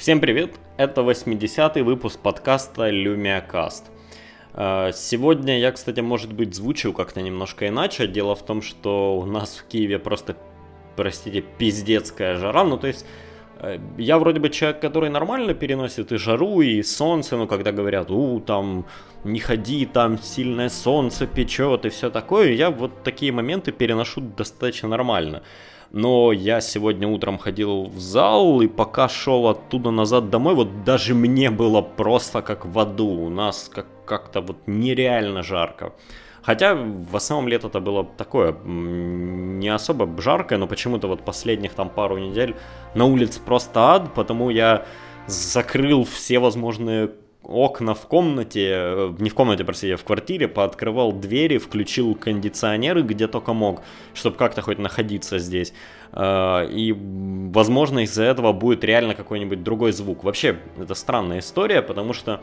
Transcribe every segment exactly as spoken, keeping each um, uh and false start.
Всем привет! Это восьмидесятый выпуск подкаста LumiaCast. Сегодня я, кстати, может быть, звучу как-то немножко иначе. Дело в том, что у нас в Киеве просто, простите, пиздецкая жара. Ну, то есть, я вроде бы человек, который нормально переносит и жару, и солнце. Ну, когда говорят, у, там, не ходи, там сильное солнце печет и все такое. Я вот такие моменты переношу достаточно нормально. Но я сегодня утром ходил в зал, и пока шел оттуда назад домой, вот даже мне было просто как в аду. У нас как- как-то вот нереально жарко. Хотя в основном лето-то было такое, не особо жаркое, но почему-то вот последних там пару недель на улице просто ад, потому я закрыл все возможные окна в комнате, не в комнате, простите, в квартире, пооткрывал двери, включил кондиционеры где только мог, чтобы как-то хоть находиться здесь. И, возможно, из-за этого будет реально какой-нибудь другой звук. Вообще, это странная история, потому что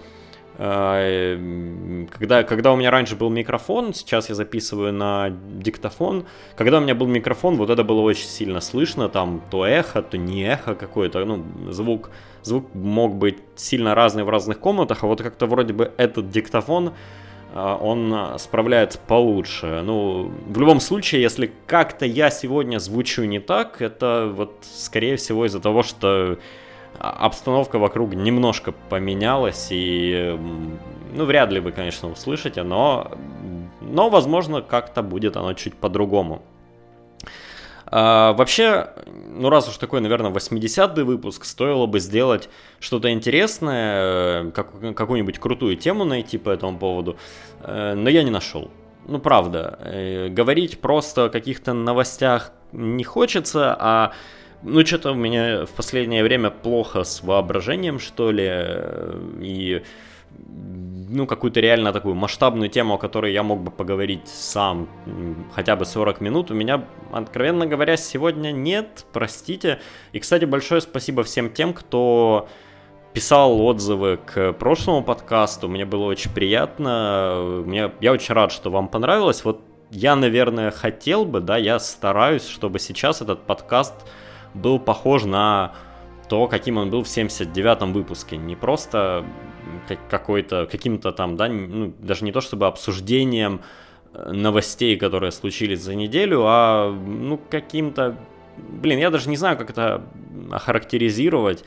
когда, когда у меня раньше был микрофон, сейчас я записываю на диктофон, когда у меня был микрофон, вот это было очень сильно слышно, там то эхо, то не эхо какое-то, ну, звук, звук мог быть сильно разный в разных комнатах, а вот как-то вроде бы этот диктофон, он справляется получше. Ну, в любом случае, если как-то я сегодня звучу не так, это вот скорее всего из-за того, что обстановка вокруг немножко поменялась, и, ну, вряд ли вы, конечно, услышите, но, но возможно, как-то будет оно чуть по-другому. А, вообще, ну, раз уж такой, наверное, восьмидесятый выпуск, стоило бы сделать что-то интересное, как, какую-нибудь крутую тему найти по этому поводу, но я не нашел. Ну, правда, говорить просто о каких-то новостях не хочется, а ну, что-то у меня в последнее время плохо с воображением, что ли, и, ну, какую-то реально такую масштабную тему, о которой я мог бы поговорить сам хотя бы сорок минут, у меня, откровенно говоря, сегодня нет, простите. И, кстати, большое спасибо всем тем, кто писал отзывы к прошлому подкасту, мне было очень приятно, мне, я очень рад, что вам понравилось. Вот я, наверное, хотел бы, да, я стараюсь, чтобы сейчас этот подкаст был похож на то, каким он был в семьдесят девятом выпуске. Не просто какой-то, каким-то там, да, ну, даже не то чтобы обсуждением новостей, которые случились за неделю, а, ну, каким-то, блин, я даже не знаю, как это охарактеризировать.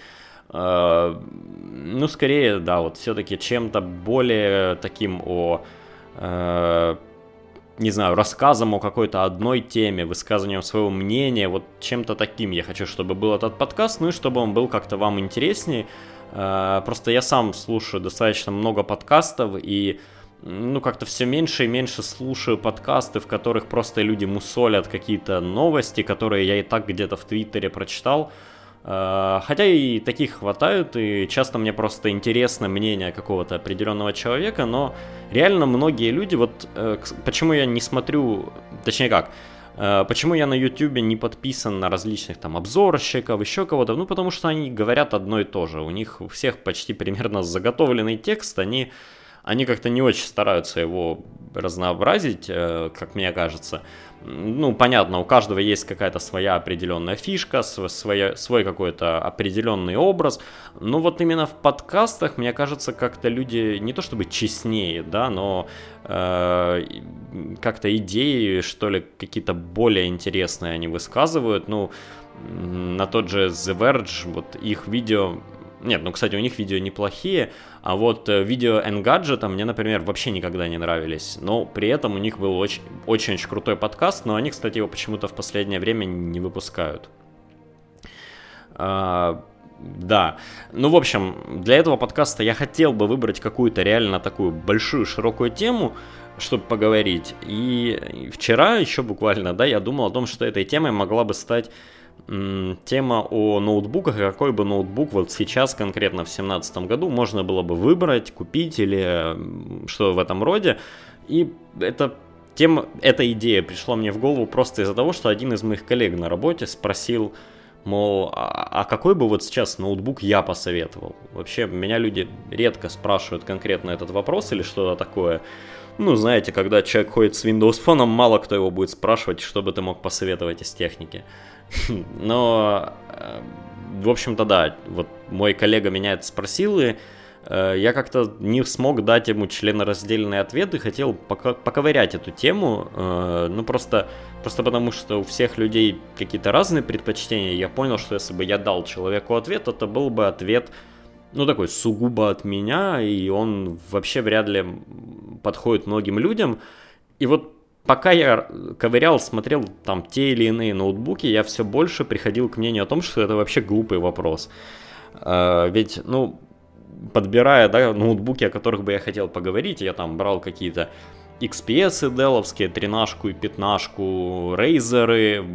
Ну, скорее, да, вот все-таки чем-то более таким о... не знаю, рассказом о какой-то одной теме, высказыванием своего мнения, вот чем-то таким я хочу, чтобы был этот подкаст, ну и чтобы он был как-то вам интереснее. Просто я сам слушаю достаточно много подкастов, и ну как-то все меньше и меньше слушаю подкасты, в которых просто люди мусолят какие-то новости, которые я и так где-то в Твиттере прочитал. Хотя и таких хватают, и часто мне просто интересно мнение какого-то определенного человека, но реально многие люди, вот почему я не смотрю, точнее как, почему я на YouTube не подписан на различных там обзорщиков, еще кого-то, ну потому что они говорят одно и то же, у них у всех почти примерно заготовленный текст, они, они как-то не очень стараются его разнообразить, как мне кажется. Ну, понятно, у каждого есть какая-то своя определенная фишка, свой, свой какой-то определенный образ, но вот именно в подкастах, мне кажется, как-то люди не то чтобы честнее, да, но э, как-то идеи, что ли, какие-то более интересные они высказывают, ну, на тот же The Verge, вот их видео... Нет, ну, кстати, у них видео неплохие, а вот видео Engadget мне, например, вообще никогда не нравились, но при этом у них был очень-очень крутой подкаст, но они, кстати, его почему-то в последнее время не выпускают. А, да, ну, в общем, для этого подкаста я хотел бы выбрать какую-то реально такую большую, широкую тему, чтобы поговорить, и вчера еще буквально, да, я думал о том, что этой темой могла бы стать тема о ноутбуках, и какой бы ноутбук вот сейчас, конкретно в две тысячи семнадцатом году, можно было бы выбрать, купить или что в этом роде. И эта тема, эта идея пришла мне в голову просто из-за того, что один из моих коллег на работе спросил, мол, а, а какой бы вот сейчас ноутбук я посоветовал? Вообще, меня люди редко спрашивают конкретно этот вопрос или что-то такое. Ну, знаете, когда человек ходит с Windows Phone, мало кто его будет спрашивать, что бы ты мог посоветовать из техники. Но в общем-то, да, вот мой коллега меня это спросил, и э, я как-то не смог дать ему членораздельный ответ и хотел пока- поковырять эту тему, э, ну, просто, просто потому, что у всех людей какие-то разные предпочтения. Я понял, что если бы я дал человеку ответ, это был бы ответ, ну, такой сугубо от меня, и он вообще вряд ли подходит многим людям. И вот пока я ковырял, смотрел там те или иные ноутбуки, я все больше приходил к мнению о том, что это вообще глупый вопрос. А, ведь, ну, подбирая, да, ноутбуки, о которых бы я хотел поговорить, я там брал какие-то икс пи эс деловские, тринашку и пятнашку, Razer,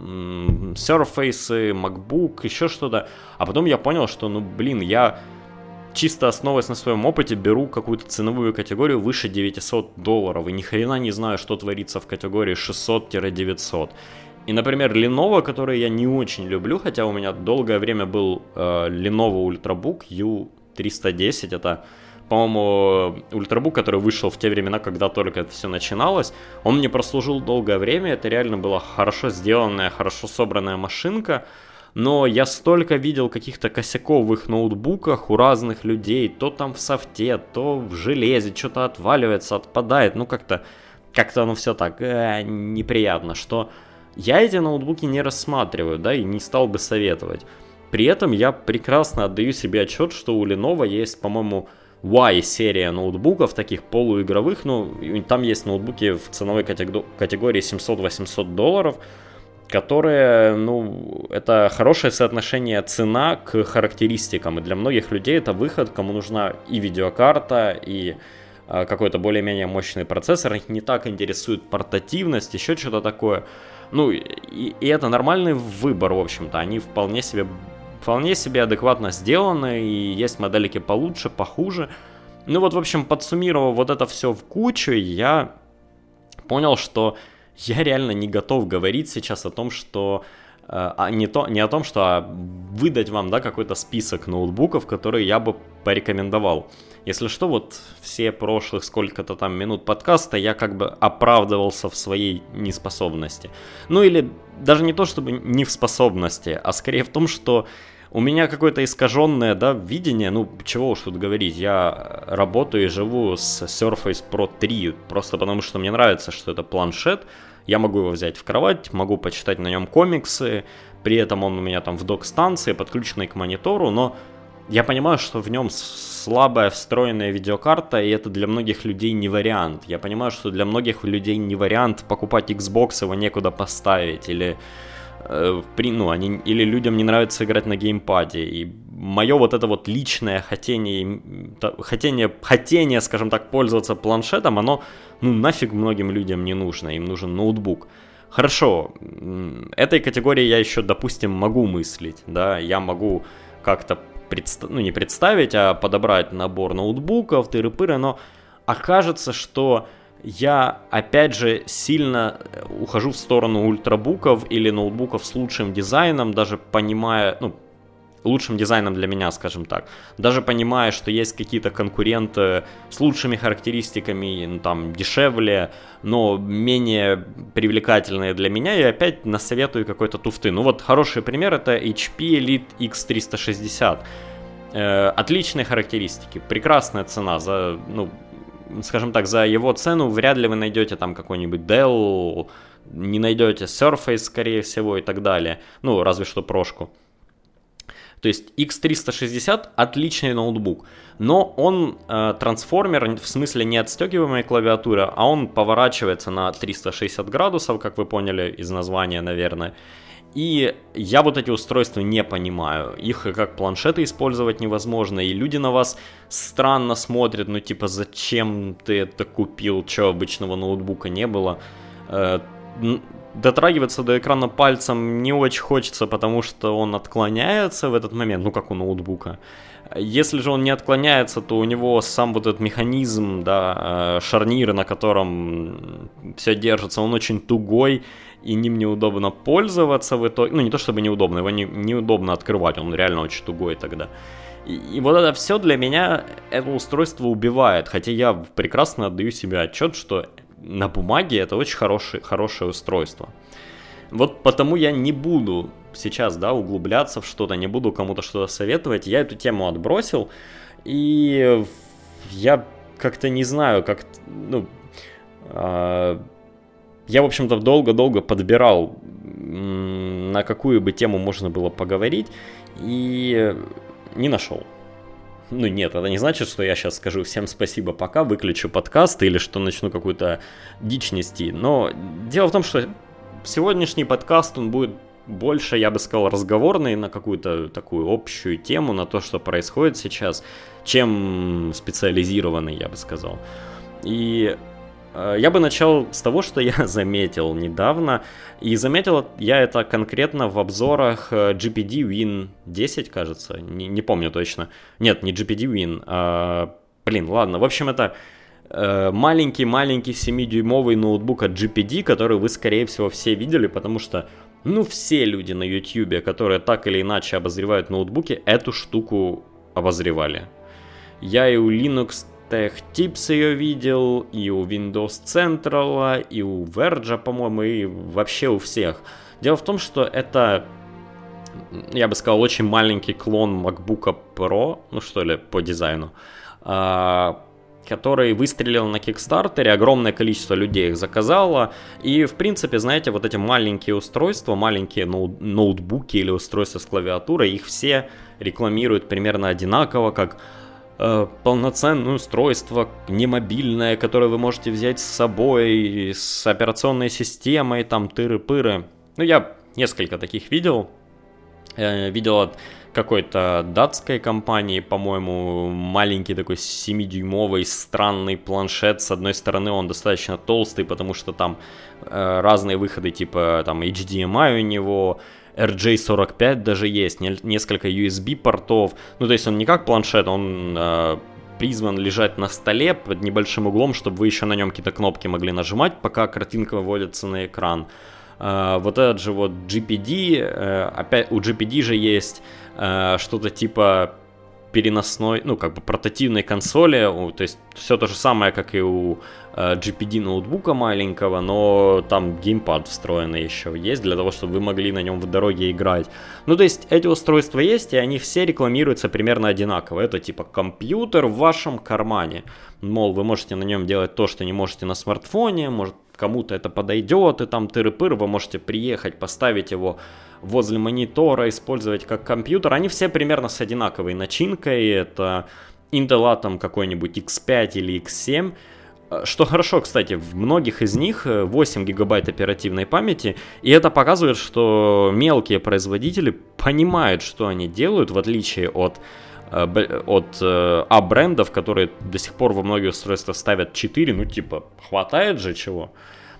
Surface, MacBook, еще что-то. А потом я понял, что, ну, блин, я чисто основываясь на своем опыте, беру какую-то ценовую категорию выше девятьсот долларов, и ни хрена не знаю, что творится в категории шестьсот девятьсот. И, например, Lenovo, который я не очень люблю, хотя у меня долгое время был э, Lenovo Ultrabook ю триста десять, это, по-моему, ультрабук, который вышел в те времена, когда только это все начиналось. Он мне прослужил долгое время, это реально была хорошо сделанная, хорошо собранная машинка. Но я столько видел каких-то косяков в их ноутбуках у разных людей, то там в софте, то в железе, что-то отваливается, отпадает, ну как-то, как-то оно все так э, неприятно, что я эти ноутбуки не рассматриваю, да, и не стал бы советовать. При этом я прекрасно отдаю себе отчет, что у Lenovo есть, по-моему, Y-серия ноутбуков, таких полуигровых, ну, там есть ноутбуки в ценовой категории семьсот-восемьсот долларов, которые, ну, это хорошее соотношение цена к характеристикам, и для многих людей это выход, кому нужна и видеокарта, и а, какой-то более-менее мощный процессор, их не так интересует портативность, еще что-то такое, ну, и, и это нормальный выбор, в общем-то, они вполне себе, вполне себе адекватно сделаны, и есть модельки получше, похуже, ну, вот, в общем, подсуммировав вот это все в кучу, я понял, что я реально не готов говорить сейчас о том, что а не, то, не о том, что а выдать вам, да, какой-то список ноутбуков, которые я бы порекомендовал. Если что, вот все прошлых сколько-то там минут подкаста я как бы оправдывался в своей неспособности. Ну или даже не то, чтобы не в способности, а скорее в том, что у меня какое-то искаженное, да, видение, ну, чего уж тут говорить, я работаю и живу с Surface Pro три, просто потому что мне нравится, что это планшет, я могу его взять в кровать, могу почитать на нем комиксы, при этом он у меня там в док-станции, подключенный к монитору, но я понимаю, что в нем слабая встроенная видеокарта, и это для многих людей не вариант. Я понимаю, что для многих людей не вариант покупать Xbox, его некуда поставить, или... Ну, они, или людям не нравится играть на геймпаде, и мое вот это вот личное хотение, хотение, хотение, скажем так, пользоваться планшетом, оно, ну, нафиг многим людям не нужно, им нужен ноутбук. Хорошо, этой категории я еще, допустим, могу мыслить, да, я могу как-то, предста- ну, не представить, а подобрать набор ноутбуков, тыры-пыры, но окажется, что... Я, опять же, сильно ухожу в сторону ультрабуков или ноутбуков с лучшим дизайном, даже понимая, ну, лучшим дизайном для меня, скажем так, даже понимая, что есть какие-то конкуренты с лучшими характеристиками, ну, там, дешевле, но менее привлекательные для меня, и опять насоветую какой-то туфты. Ну, вот хороший пример — это эйч пи Elite икс триста шестьдесят. Э, отличные характеристики, прекрасная цена за, ну, скажем так, за его цену вряд ли вы найдете там какой-нибудь Dell, не найдете Surface, скорее всего, и так далее. Ну, разве что прошку. То есть икс триста шестьдесят отличный ноутбук, но он э, трансформер, в смысле не отстегиваемая клавиатура, а он поворачивается на триста шестьдесят градусов, как вы поняли из названия, наверное. И я вот эти устройства не понимаю, их как планшеты использовать невозможно, и люди на вас странно смотрят, ну типа зачем ты это купил, что обычного ноутбука не было. Дотрагиваться до экрана пальцем не очень хочется, потому что он отклоняется в этот момент, ну как у ноутбука. Если же он не отклоняется, то у него сам вот этот механизм, да, шарнир, на котором все держится, он очень тугой, и ним неудобно пользоваться в итоге. Ну, не то чтобы неудобно, его не, неудобно открывать, он реально очень тугой тогда. И, и вот это все для меня, это устройство убивает, хотя я прекрасно отдаю себе отчет, что на бумаге это очень хороший, хорошее устройство. Вот потому я не буду сейчас, да, углубляться в что-то, не буду кому-то что-то советовать. Я эту тему отбросил, и я как-то не знаю, как, ну, э, я, в общем-то, долго-долго подбирал, м- на какую бы тему можно было поговорить, и не нашел. Ну нет, это не значит, что я сейчас скажу всем спасибо, пока, выключу подкаст или что начну какую-то дичь нести. Но дело в том, что сегодняшний подкаст, он будет больше, я бы сказал, разговорный на какую-то такую общую тему, на то, что происходит сейчас, чем специализированный, я бы сказал. И э, я бы начал с того, что я заметил недавно. И заметил я это конкретно в обзорах джи пи ди Win десять, кажется, не, не помню точно. Нет, не джи пи ди Win, а, блин, ладно. В общем, это э, маленький-маленький семидюймовый ноутбук от джи пи ди, который вы, скорее всего, все видели, потому что, ну, все люди на YouTube, которые так или иначе обозревают ноутбуки, эту штуку обозревали. Я и у Linux Tech Tips ее видел, и у Windows Central, и у Verge, по-моему, и вообще у всех. Дело в том, что это, я бы сказал, очень маленький клон MacBook Pro, ну что ли, по дизайну, который выстрелил на Kickstarter, огромное количество людей их заказало, и, в принципе, знаете, вот эти маленькие устройства, маленькие ноут- ноутбуки или устройства с клавиатурой, их все рекламируют примерно одинаково, как полноценное устройство, не мобильное, которое вы можете взять с собой, с операционной системой, там, тыры-пыры. Ну, я несколько таких видел. Я видел от какой-то датской компании, по-моему, маленький такой семидюймовый странный планшет. С одной стороны, он достаточно толстый, потому что там э, разные выходы, типа там эйч ди эм ай у него, эр джей сорок пять даже есть, не, несколько ю эс би портов. Ну, то есть он не как планшет, он э, призван лежать на столе под небольшим углом, чтобы вы еще на нем какие-то кнопки могли нажимать, пока картинка выводится на экран. Uh, вот этот же вот джи пи ди, uh, опять у джи пи ди же есть uh, что-то типа переносной, ну как бы портативной консоли, uh, то есть все то же самое, как и у uh, джи пи ди ноутбука маленького, но там геймпад встроенный еще есть для того, чтобы вы могли на нем в дороге играть. Ну то есть эти устройства есть, и они все рекламируются примерно одинаково. Это типа компьютер в вашем кармане. Мол, вы можете на нем делать то, что не можете на смартфоне, может кому-то это подойдет, и там тыры-пыры, вы можете приехать, поставить его возле монитора, использовать как компьютер. Они все примерно с одинаковой начинкой, это Intel Atom какой-нибудь икс пять или икс семь. Что хорошо, кстати, в многих из них восемь гигабайт оперативной памяти, и это показывает, что мелкие производители понимают, что они делают, в отличие от от А-брендов, которые до сих пор во многих устройствах ставят четыре, ну типа, хватает же чего.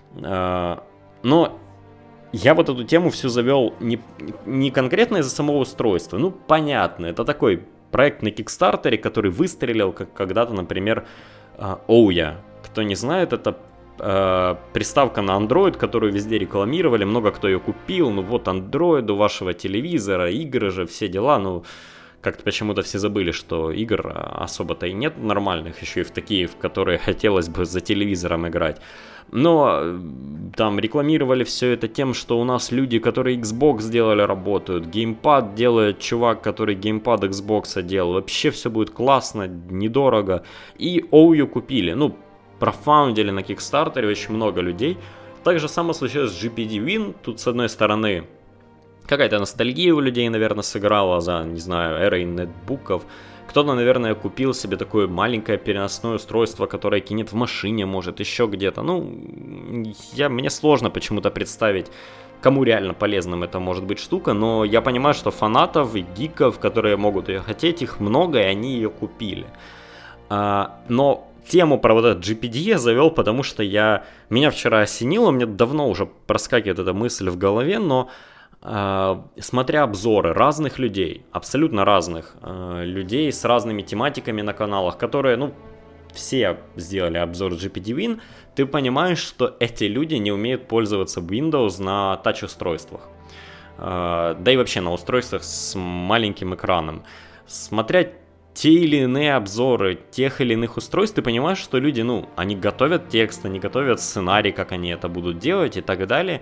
Но я вот эту тему всю завел не, не конкретно из-за самого устройства, ну понятно, это такой проект на Kickstarter, который выстрелил, как когда-то, например, Ouya. Кто не знает, это приставка на Android, которую везде рекламировали, много кто ее купил, ну вот Android у вашего телевизора, игры же, все дела, ну как-то почему-то все забыли, что игр особо-то и нет нормальных, еще и в такие, в которые хотелось бы за телевизором играть. Но там рекламировали все это тем, что у нас люди, которые Xbox сделали, работают. Геймпад делает чувак, который геймпад Xbox делал. Вообще все будет классно, недорого. И Ouya купили. Ну, профаундили на Kickstarter очень много людей. Так же самое случилось с джи пи ди Win. Тут, с одной стороны, какая-то ностальгия у людей, наверное, сыграла за, не знаю, эрой нетбуков. Кто-то, наверное, купил себе такое маленькое переносное устройство, которое кинет в машине, может, еще где-то. Ну, я, мне сложно почему-то представить, кому реально полезным это может быть штука, но я понимаю, что фанатов и гиков, которые могут ее хотеть, их много, и они ее купили. А, но тему про вот этот джи пи ди я завел, потому что я... Меня вчера осенило, мне давно уже проскакивает эта мысль в голове, но... Uh, смотря обзоры разных людей, абсолютно разных uh, людей с разными тематиками на каналах, которые, ну, все сделали обзор джи пи ди Win, ты понимаешь, что эти люди не умеют пользоваться Windows на тач-устройствах. Uh, да и вообще на устройствах с маленьким экраном. Смотря те или иные обзоры тех или иных устройств, ты понимаешь, что люди, ну, они готовят текст, они готовят сценарий, как они это будут делать и так далее.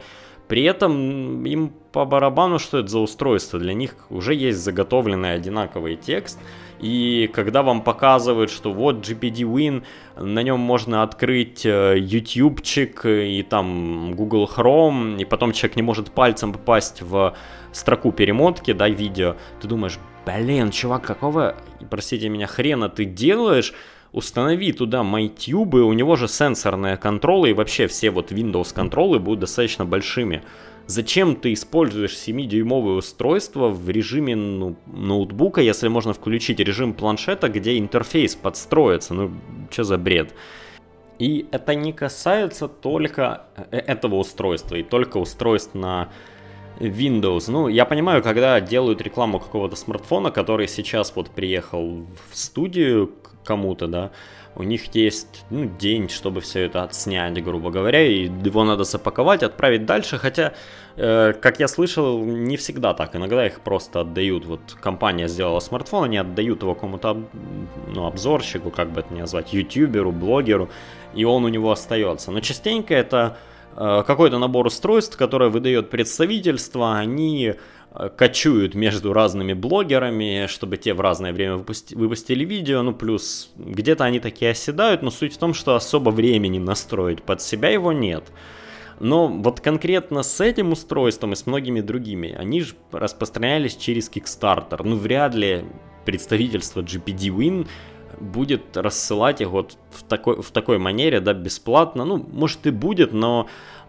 При этом им по барабану, что это за устройство. Для них уже есть заготовленный одинаковый текст. И когда вам показывают, что вот джи пи ди Win, на нем можно открыть ютубчик и там Google Chrome, и потом человек не может пальцем попасть в строку перемотки, да, видео, ты думаешь, блин, чувак, какого, простите меня, хрена ты делаешь? Установи туда MyTube, у него же сенсорные контролы, и вообще все вот Windows контролы будут достаточно большими. Зачем ты используешь семидюймовое устройство в режиме ну, ноутбука, если можно включить режим планшета, где интерфейс подстроится? Ну, что за бред? И это не касается только этого устройства, и только устройств на Windows. Ну, я понимаю, когда делают рекламу какого-то смартфона, который сейчас вот приехал в студию к кому-то, да, у них есть ну, день, чтобы все это отснять, грубо говоря, и его надо запаковать, отправить дальше, хотя, э, как я слышал, не всегда так, иногда их просто отдают, вот компания сделала смартфон, они отдают его кому-то, ну, обзорщику, как бы это ни назвать, ютуберу, блогеру, и он у него остается, но частенько это э, какой-то набор устройств, которое выдает представительство, они кочуют между разными блогерами, чтобы те в разное время выпусти- выпустили видео, ну плюс где-то они такие оседают, но суть в том, что особо времени настроить под себя его нет. Но вот конкретно с этим устройством и с многими другими, они же распространялись через Kickstarter, ну вряд ли представительство джи пи ди Win будет рассылать их вот в такой, в такой манере, да, бесплатно, ну может и будет, но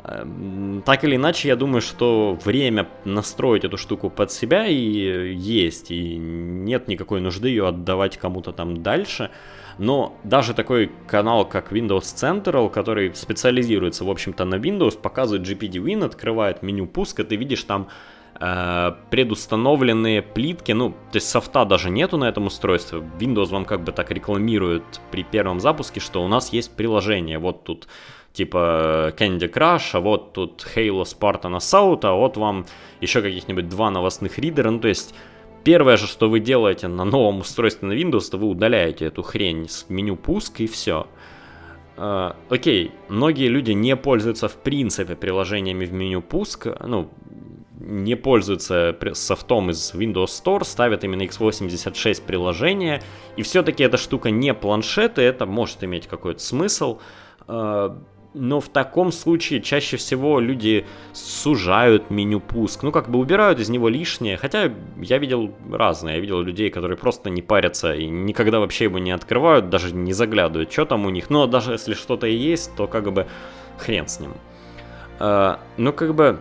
так или иначе, я думаю, что время настроить эту штуку под себя и есть, и нет никакой нужды ее отдавать кому-то там дальше. Но даже такой канал, как Windows Central, который специализируется, в общем-то, на Windows, показывает джи пи ди Win, открывает меню пуска, ты видишь там э, предустановленные плитки, ну, то есть софта даже нету на этом устройстве. Windows вам как бы так рекламирует при первом запуске, что у нас есть приложение, вот тут типа Candy Crush, а вот тут Halo Spartan Assault, а вот вам еще каких-нибудь два новостных ридера. Ну, то есть, первое же, что вы делаете на новом устройстве на Windows, то вы удаляете эту хрень с меню пуск и все. Uh, окей, многие люди не пользуются в принципе приложениями в меню пуск, ну, не пользуются софтом из Windows Store, ставят именно икс восемьдесят шесть приложения, и все-таки эта штука не планшет, и это может иметь какой-то смысл. Uh, Но в таком случае чаще всего люди сужают меню пуск, ну как бы убирают из него лишнее, хотя я видел разное, я видел людей, которые просто не парятся и никогда вообще его не открывают, даже не заглядывают, что там у них, но даже если что-то и есть, то как бы хрен с ним. А, ну как бы,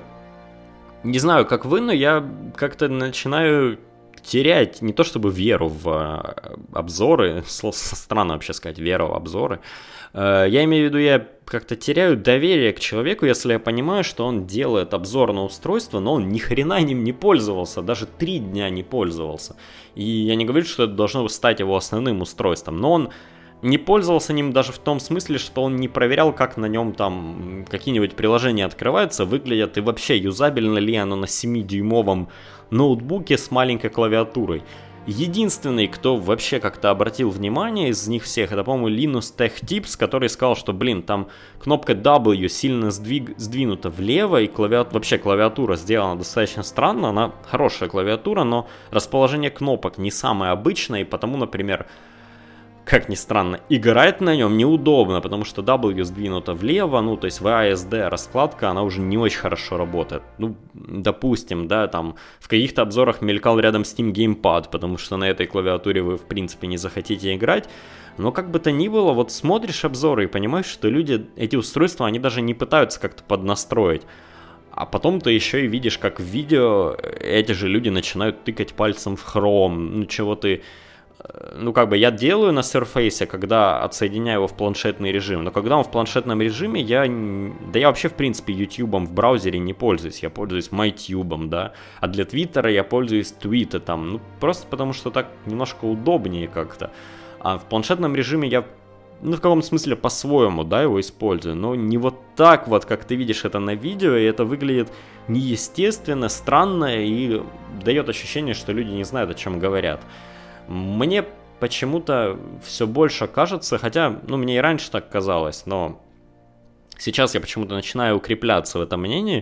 не знаю как вы, но я как-то начинаю терять не то чтобы веру в обзоры, странно вообще сказать веру в обзоры, я имею в виду, я как-то теряю доверие к человеку, если я понимаю, что он делает обзор на устройство, но он ни хрена ним не пользовался, даже три дня не пользовался. И я не говорю, что это должно стать его основным устройством, но он не пользовался ним даже в том смысле, что он не проверял, как на нем там какие-нибудь приложения открываются, выглядят и вообще юзабельно ли оно на семидюймовом ноутбуке с маленькой клавиатурой. Единственный, кто вообще как-то обратил внимание из них всех, это, по-моему, Linus Tech Tips, который сказал, что, блин, там кнопка W сильно сдвиг... сдвинута влево, и клавиат... вообще клавиатура сделана достаточно странно, она хорошая клавиатура, но расположение кнопок не самое обычное, и потому, например, как ни странно, играть на нем неудобно, потому что W сдвинута влево, ну, то есть ви эй эс ди раскладка, она уже не очень хорошо работает. Ну, допустим, да, там в каких-то обзорах мелькал рядом Steam Gamepad, потому что на этой клавиатуре вы, в принципе, не захотите играть. Но как бы то ни было, вот смотришь обзоры и понимаешь, что люди, эти устройства, они даже не пытаются как-то поднастроить. А потом ты еще и видишь, как в видео эти же люди начинают тыкать пальцем в Chrome, ну, чего ты... Ну, как бы я делаю на Surface, когда отсоединяю его в планшетный режим, но когда он в планшетном режиме, я, да я вообще, в принципе, ютубом в браузере не пользуюсь, я пользуюсь MyTube, да, а для Твиттера я пользуюсь твитом, ну, просто потому что так немножко удобнее как-то, а в планшетном режиме я, ну, в каком-то смысле по-своему, да, его использую, но не вот так вот, как ты видишь это на видео, и это выглядит неестественно, странно и дает ощущение, что люди не знают, о чем говорят. Мне почему-то все больше кажется, хотя, ну, мне и раньше так казалось, но сейчас я почему-то начинаю укрепляться в этом мнении,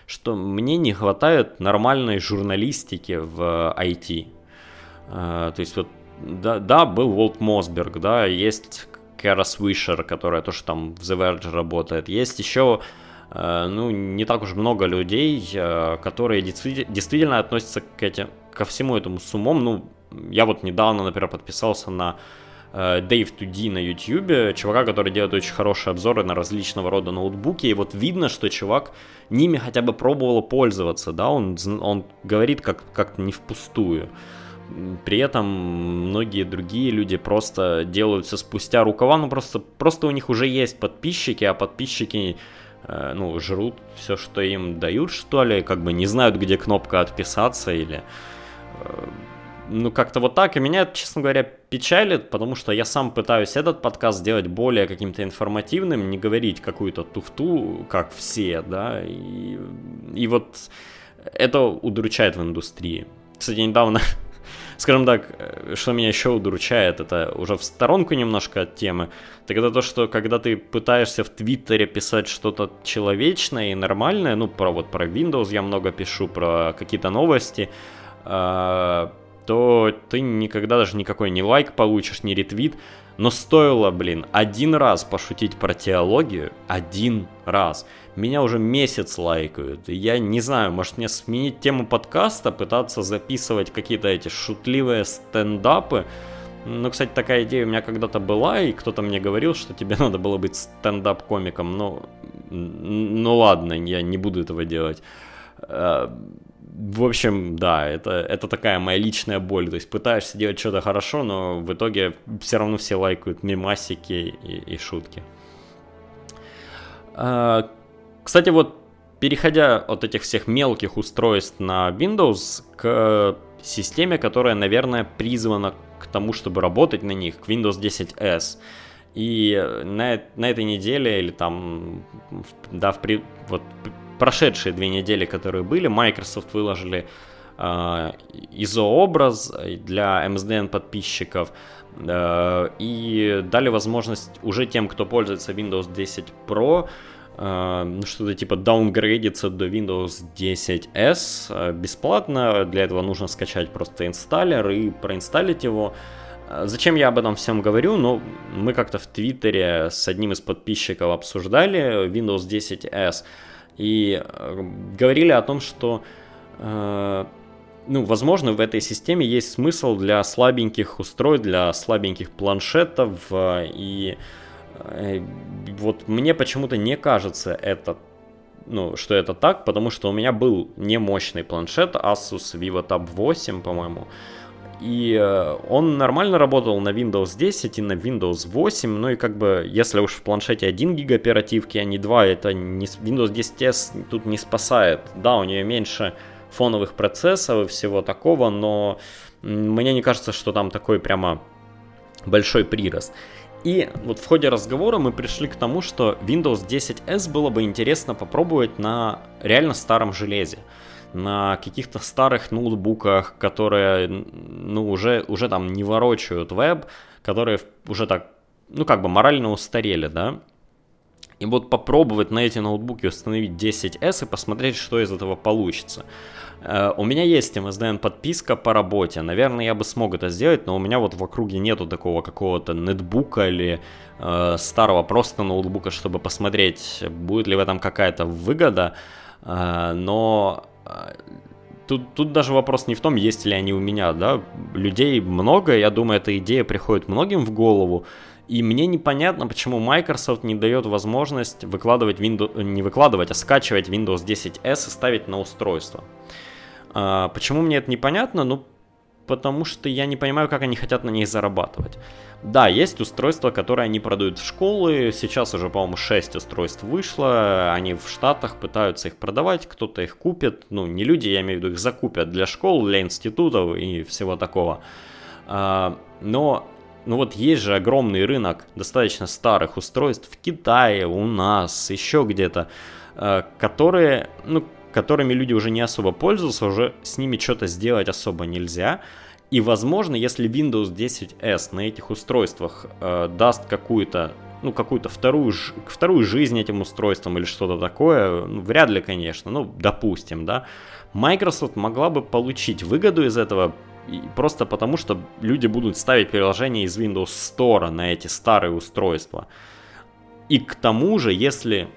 что мне не хватает нормальной журналистики в ай ти. То есть вот, да, да, был Волт Мосберг, да, есть Кара Свишер, которая тоже там в The Verge работает, есть еще, ну, не так уж много людей, которые действительно, действительно относятся к этим, ко всему этому с умом. Ну, я вот недавно, например, подписался на Dave two D на YouTube, чувака, который делает очень хорошие обзоры на различного рода ноутбуки, и вот видно, что чувак ними хотя бы пробовал пользоваться, да, он, он говорит как, как-то не впустую. При этом многие другие люди просто делают все спустя рукава, ну просто, просто у них уже есть подписчики, а подписчики, э, ну, жрут все, что им дают, что ли, как бы не знают, где кнопка отписаться или... Э, ну, как-то вот так, и меня, честно говоря, печалит, потому что я сам пытаюсь этот подкаст сделать более каким-то информативным, не говорить какую-то туфту, как все, да, и, и вот это удручает в индустрии. Кстати, недавно, скажем так, что меня еще удручает, это уже в сторонку немножко от темы, так это то, что когда ты пытаешься в Твиттере писать что-то человечное и нормальное, ну, про вот про Windows я много пишу, про какие-то новости, то ты никогда даже никакой ни лайк получишь, ни ретвит. Но стоило, блин, один раз пошутить про теологию, один раз. Меня уже месяц лайкают. И я не знаю, может мне сменить тему подкаста, пытаться записывать какие-то эти шутливые стендапы. Ну, кстати, такая идея у меня когда-то была, и кто-то мне говорил, что тебе надо было быть стендап-комиком. Но, ну ладно, я не буду этого делать. В общем, да, это, это такая моя личная боль. То есть пытаешься делать что-то хорошо, но в итоге все равно все лайкают мемасики и, и шутки. А, кстати, вот переходя от этих всех мелких устройств на Windows к системе, которая, наверное, призвана к тому, чтобы работать на них, к Windows десять эс. И на, на этой неделе, или там, да, в, вот, прошедшие две недели, которые были, Microsoft выложили э, изообраз для эм эс ди эн подписчиков э, и дали возможность уже тем, кто пользуется Windows десять Pro, э, ну, что-то типа даунгрейдиться до Windows десять эс э, бесплатно. Для этого нужно скачать просто инсталлер и проинсталлить его. Зачем я об этом всем говорю? Ну, мы как-то в Твиттере с одним из подписчиков обсуждали Windows десять эс и говорили о том, что, э, ну, возможно, в этой системе есть смысл для слабеньких устройств, для слабеньких планшетов, и э, вот мне почему-то не кажется это, ну, что это так, потому что у меня был немощный планшет Asus VivoTab восемь, по-моему, и он нормально работал на Windows десять и на Windows восемь, ну и как бы, если уж в планшете один гиг оперативки, а не два, это не, Windows десять эс тут не спасает. Да, у нее меньше фоновых процессов и всего такого, но мне не кажется, что там такой прямо большой прирост. И вот в ходе разговора мы пришли к тому, что Windows десять эс было бы интересно попробовать на реально старом железе. На каких-то старых ноутбуках, которые, ну, уже, уже там не ворочают веб, которые уже так, ну, как бы морально устарели, да. И вот попробовать на эти ноутбуки установить десять эс и посмотреть, что из этого получится. Uh, у меня есть эм эс ди эн подписка по работе, наверное, я бы смог это сделать, но у меня вот в округе нету такого какого-то нетбука или uh, старого просто ноутбука, чтобы посмотреть, будет ли в этом какая-то выгода, uh, но uh, тут, тут даже вопрос не в том, есть ли они у меня, да, людей много, я думаю, эта идея приходит многим в голову. И мне непонятно, почему Microsoft не дает возможность выкладывать Windows, не выкладывать, а скачивать Windows десять эс и ставить на устройство. А, почему мне это непонятно? Ну, потому что я не понимаю, как они хотят на ней зарабатывать. Да, есть устройства, которые они продают в школы. Сейчас уже, по-моему, шесть устройств вышло. Они в Штатах пытаются их продавать, кто-то их купит. Ну, не люди, я имею в виду, их закупят для школ, для институтов и всего такого. А, но... Ну вот есть же огромный рынок достаточно старых устройств в Китае, у нас, еще где-то, которые, ну, которыми люди уже не особо пользуются, уже с ними что-то сделать особо нельзя. И возможно, если Windows десять эс на этих устройствах э, даст какую-то ну, какую-то вторую, вторую жизнь этим устройствам или что-то такое, ну, вряд ли, конечно, ну, допустим, да, Microsoft могла бы получить выгоду из этого просто потому, что люди будут ставить приложения из Windows Store на эти старые устройства. И к тому же, если,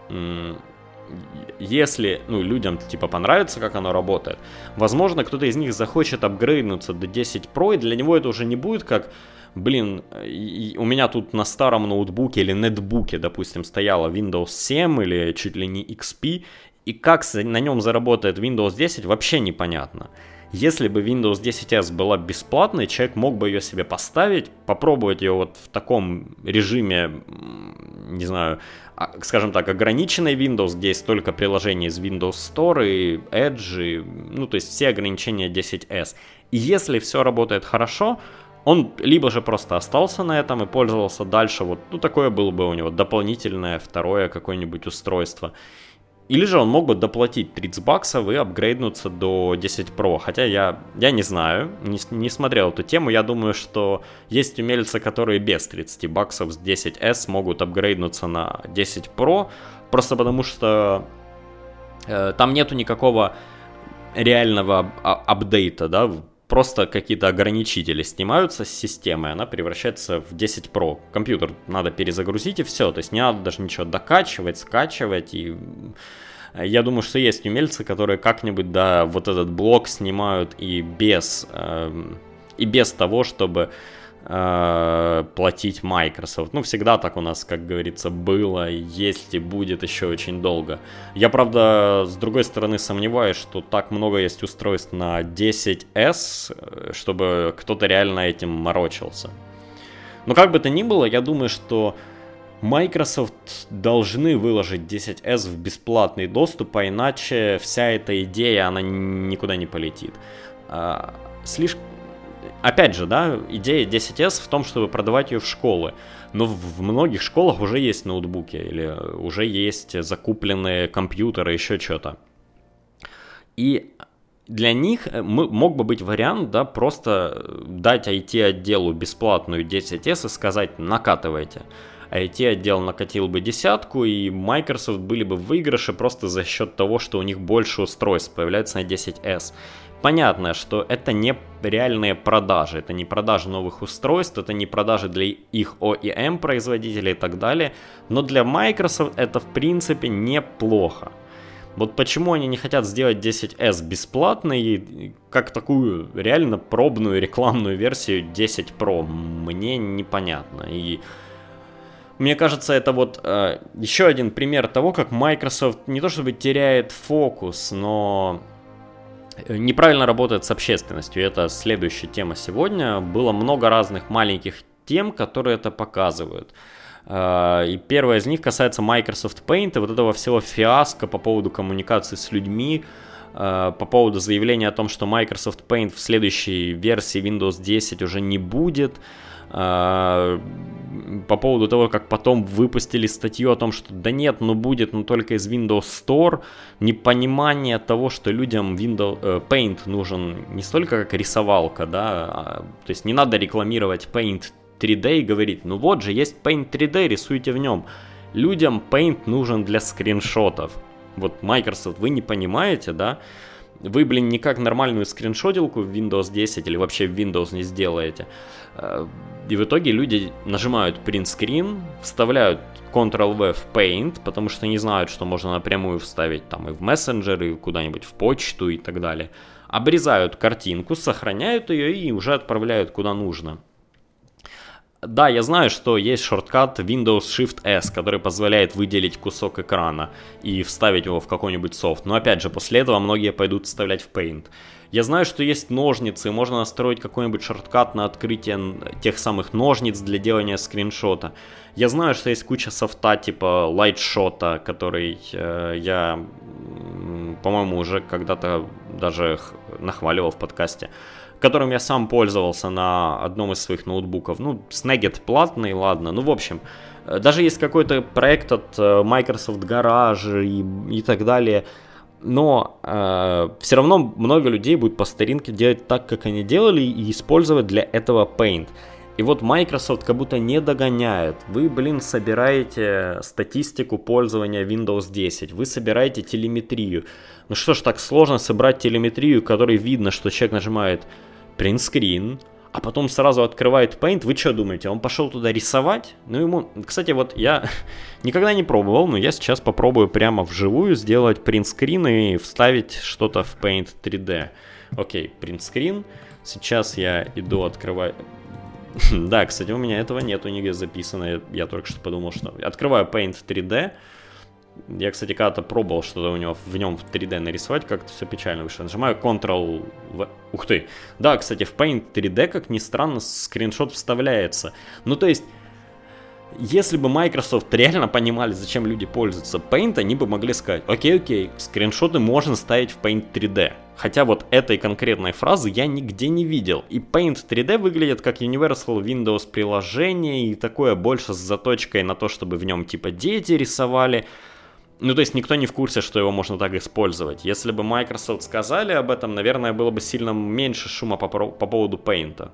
если ну, людям типа понравится, как оно работает, возможно, кто-то из них захочет апгрейднуться до десять Pro, и для него это уже не будет как, блин, у меня тут на старом ноутбуке или нетбуке, допустим, стояла Windows семь или чуть ли не икс пи, и как на нем заработает Windows десять, вообще непонятно. Если бы Windows десять эс была бесплатной, человек мог бы ее себе поставить, попробовать ее вот в таком режиме, не знаю, скажем так, ограниченной Windows, где есть только приложения из Windows Store и Edge, и, ну то есть все ограничения десять эс. И если все работает хорошо, он либо же просто остался на этом и пользовался дальше, вот, ну такое было бы у него дополнительное второе какое-нибудь устройство. Или же он мог бы доплатить тридцать баксов и апгрейднуться до десять Pro. Хотя я, я не знаю, не, не смотрел эту тему. Я думаю, что есть умельцы, которые без тридцать баксов с десять эс могут апгрейднуться на десять Pro. Просто потому что э, там нету никакого реального апдейта, да. Просто какие-то ограничители снимаются с системы, она превращается в десять Pro. Компьютер надо перезагрузить и все. То есть не надо даже ничего докачивать, скачивать. И я думаю, что есть умельцы, которые как-нибудь да, вот этот блок снимают и без, э, и без того, чтобы э, платить Microsoft. Ну, всегда так у нас, как говорится, было, есть и будет еще очень долго. Я, правда, с другой стороны сомневаюсь, что так много есть устройств на десять эс, чтобы кто-то реально этим морочился. Но как бы то ни было, я думаю, что Microsoft должны выложить десять эс в бесплатный доступ, а иначе вся эта идея, она никуда не полетит. Слишком... Опять же, да, идея десять эс в том, чтобы продавать ее в школы. Но в многих школах уже есть ноутбуки или уже есть закупленные компьютеры, еще что-то. И для них мог бы быть вариант, да, просто дать ай ти-отделу бесплатную десять эс и сказать «накатывайте». ай ти-отдел накатил бы десятку, и Microsoft были бы в выигрыше просто за счет того, что у них больше устройств появляется на десять эс. Понятно, что это не реальные продажи, это не продажи новых устройств, это не продажи для их о и эм производителей и так далее, но для Microsoft это в принципе неплохо. Вот почему они не хотят сделать десять эс бесплатной, как такую реально пробную рекламную версию десять Pro, мне непонятно. И мне кажется, это вот э, еще один пример того, как Microsoft не то чтобы теряет фокус, но неправильно работает с общественностью. Это следующая тема сегодня. Было много разных маленьких тем, которые это показывают. И первая из них касается Microsoft Paint и вот этого всего фиаско по поводу коммуникации с людьми, по поводу заявления о том, что Microsoft Paint в следующей версии Windows десять уже не будет. По поводу того, как потом выпустили статью о том, что да нет, ну будет, но только из Windows Store. Непонимание того, что людям Windows, э, Paint нужен не столько как рисовалка, да, а, то есть не надо рекламировать Paint три дэ и говорить, ну вот же есть Paint три дэ, рисуйте в нем. Людям Paint нужен для скриншотов. Вот Microsoft, вы не понимаете, да? Вы, блин, никак нормальную скриншотилку в Windows десять или вообще в Windows не сделаете. И в итоге люди нажимают Print Screen, вставляют контрол-вэ в Paint, потому что не знают, что можно напрямую вставить там и в мессенджер, и куда-нибудь в почту и так далее. Обрезают картинку, сохраняют ее и уже отправляют куда нужно. Да, я знаю, что есть шорткат Windows Shift-S, который позволяет выделить кусок экрана и вставить его в какой-нибудь софт. Но опять же, после этого многие пойдут вставлять в Paint. Я знаю, что есть ножницы, можно настроить какой-нибудь шорткат на открытие тех самых ножниц для делания скриншота. Я знаю, что есть куча софта типа Lightshot, который э, я, по-моему, уже когда-то даже нахваливал в подкасте, которым я сам пользовался на одном из своих ноутбуков. Ну, Snagit платный, ладно. Ну, в общем, даже есть какой-то проект от Microsoft Garage и, и так далее. Но э, все равно много людей будут по старинке делать так, как они делали, и использовать для этого Paint. И вот Microsoft как будто не догоняет. Вы, блин, собираете статистику пользования Windows десять, вы собираете телеметрию. Ну что ж так сложно собрать телеметрию, в которой видно, что человек нажимает print screen, а потом сразу открывает Paint. Вы что думаете, он пошел туда рисовать? Ну ему, кстати, вот я никогда не пробовал, но я сейчас попробую прямо вживую сделать print screen и вставить что-то в Paint три дэ. Окей, print screen. Сейчас я иду открывать... Да, кстати, у меня этого нету нигде записано. Я, я только что подумал, что... Открываю Paint три дэ. Я, кстати, когда-то пробовал что-то у него, в нем в три дэ нарисовать, как-то все печально вышло. Нажимаю контрол ви. Ух ты. Да, кстати, в Paint три дэ, как ни странно, скриншот вставляется. Ну, то есть... Если бы Microsoft реально понимали, зачем люди пользуются Paint, они бы могли сказать: окей, окей, скриншоты можно ставить в Paint три дэ. Хотя вот этой конкретной фразы я нигде не видел. И Paint три дэ выглядит как Universal Windows приложение, и такое больше с заточкой на то, чтобы в нем типа дети рисовали. Ну, то есть никто не в курсе, что его можно так использовать. Если бы Microsoft сказали об этом, наверное, было бы сильно меньше шума по, по поводу Paint.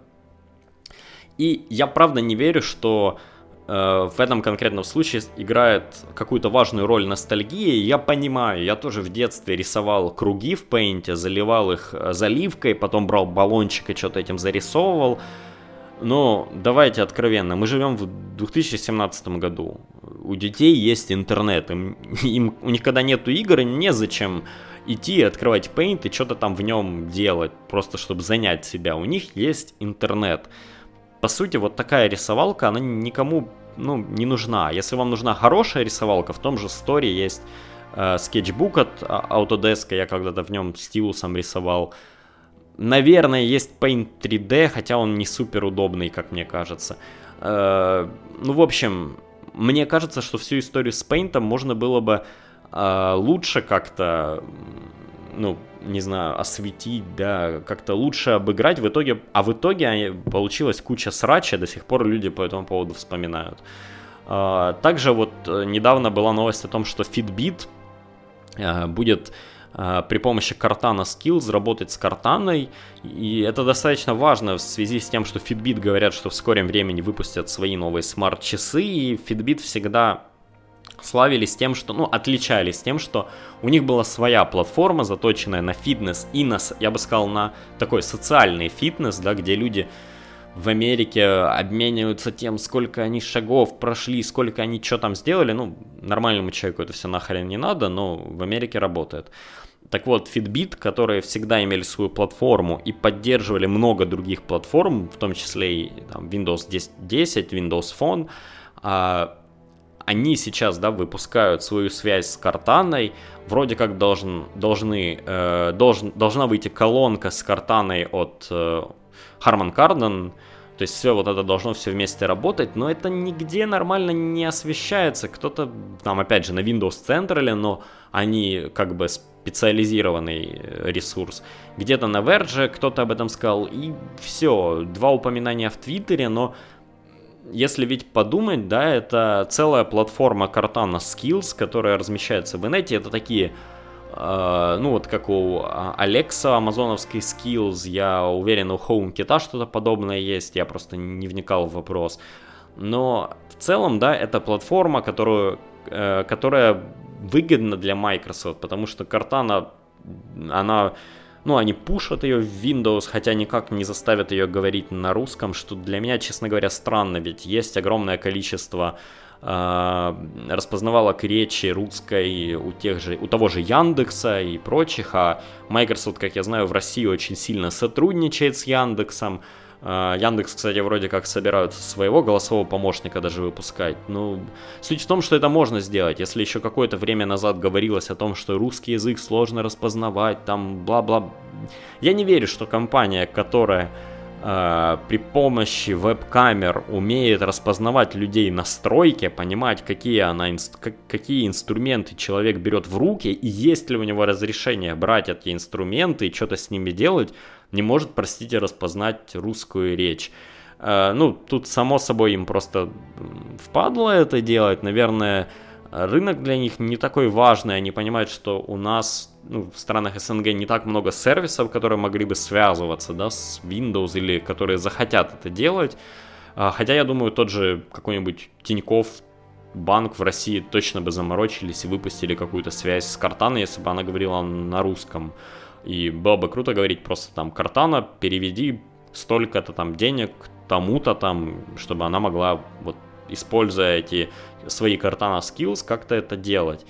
И я правда не верю, что... в этом конкретном случае играет какую-то важную роль ностальгия. Я понимаю, я тоже в детстве рисовал круги в Paint, заливал их заливкой, потом брал баллончик и что-то этим зарисовывал. Но давайте откровенно, мы живем в две тысячи семнадцатом году. У детей есть интернет, им, им, у них когда нету игр, незачем идти, открывать Paint и что-то там в нем делать, просто чтобы занять себя. У них есть интернет. По сути, вот такая рисовалка, она никому, ну, не нужна. Если вам нужна хорошая рисовалка, в том же Story есть э, скетчбук от Autodesk, я когда-то в нем стилусом рисовал. Наверное, есть Paint три дэ, хотя он не супер удобный, как мне кажется. Э, ну, в общем, мне кажется, что всю историю с Paint можно было бы э, лучше как-то... ну, не знаю, осветить, да, как-то лучше обыграть в итоге, а в итоге получилась куча срача, до сих пор люди по этому поводу вспоминают. Также вот недавно была новость о том, что Fitbit будет при помощи Cortana Skills работать с Cortana, и это достаточно важно в связи с тем, что Fitbit говорят, что в скором времени выпустят свои новые смарт-часы, и Fitbit всегда... славились тем, что, ну, отличались тем, что у них была своя платформа, заточенная на фитнес и на, я бы сказал, на такой социальный фитнес, да, где люди в Америке обмениваются тем, сколько они шагов прошли, сколько они что там сделали. Ну, нормальному человеку это все нахрен не надо, но в Америке работает. Так вот, Fitbit, которые всегда имели свою платформу и поддерживали много других платформ, в том числе и там, Windows десять, Windows Phone, а, они сейчас, да, выпускают свою связь с Cortana, вроде как должен, должны, э, должен, должна выйти колонка с Cortana от э, Harman Kardon, то есть все вот это должно все вместе работать, но это нигде нормально не освещается. Кто-то там, опять же, на Windows Central, но они как бы специализированный ресурс. Где-то на Verge кто-то об этом сказал, и все, два упоминания в Твиттере, но если ведь подумать, да, это целая платформа Cortana Skills, которая размещается в инете. Это такие, э, ну вот как у Alexa, амазоновский Skills, я уверен, у HomeKit что-то подобное есть, я просто не вникал в вопрос. Но в целом, да, это платформа, которую, э, которая выгодна для Microsoft, потому что Cortana, она... Ну, они пушат ее в Windows, хотя никак не заставят ее говорить на русском, что для меня, честно говоря, странно, ведь есть огромное количество э, распознавалок речи русской у, тех же, у того же Яндекса и прочих, а Microsoft, как я знаю, в России очень сильно сотрудничает с Яндексом. э, Яндекс, кстати, вроде как собираются своего голосового помощника даже выпускать. Ну, суть в том, что это можно сделать. Если еще какое-то время назад говорилось о том, что русский язык сложно распознавать, там бла-бла. Я не верю, что компания, которая э, при помощи веб-камер умеет распознавать людей на стройке, понимать, какие, она, инст- какие инструменты человек берет в руки, и есть ли у него разрешение брать эти инструменты и что-то с ними делать, не может, простите, распознать русскую речь. Э, ну, тут, само собой, им просто впадло это делать. Наверное, рынок для них не такой важный. Они понимают, что у нас, ну, в странах СНГ не так много сервисов, которые могли бы связываться, да, с Windows или которые захотят это делать. Хотя я думаю, тот же какой-нибудь Тинькофф банк в России точно бы заморочились и выпустили какую-то связь с Cortana, если бы она говорила на русском. И было бы круто говорить просто там: Cortana, переведи столько-то там денег тому-то там, чтобы она могла, вот, используя эти свои Cortana skills, как-то это делать.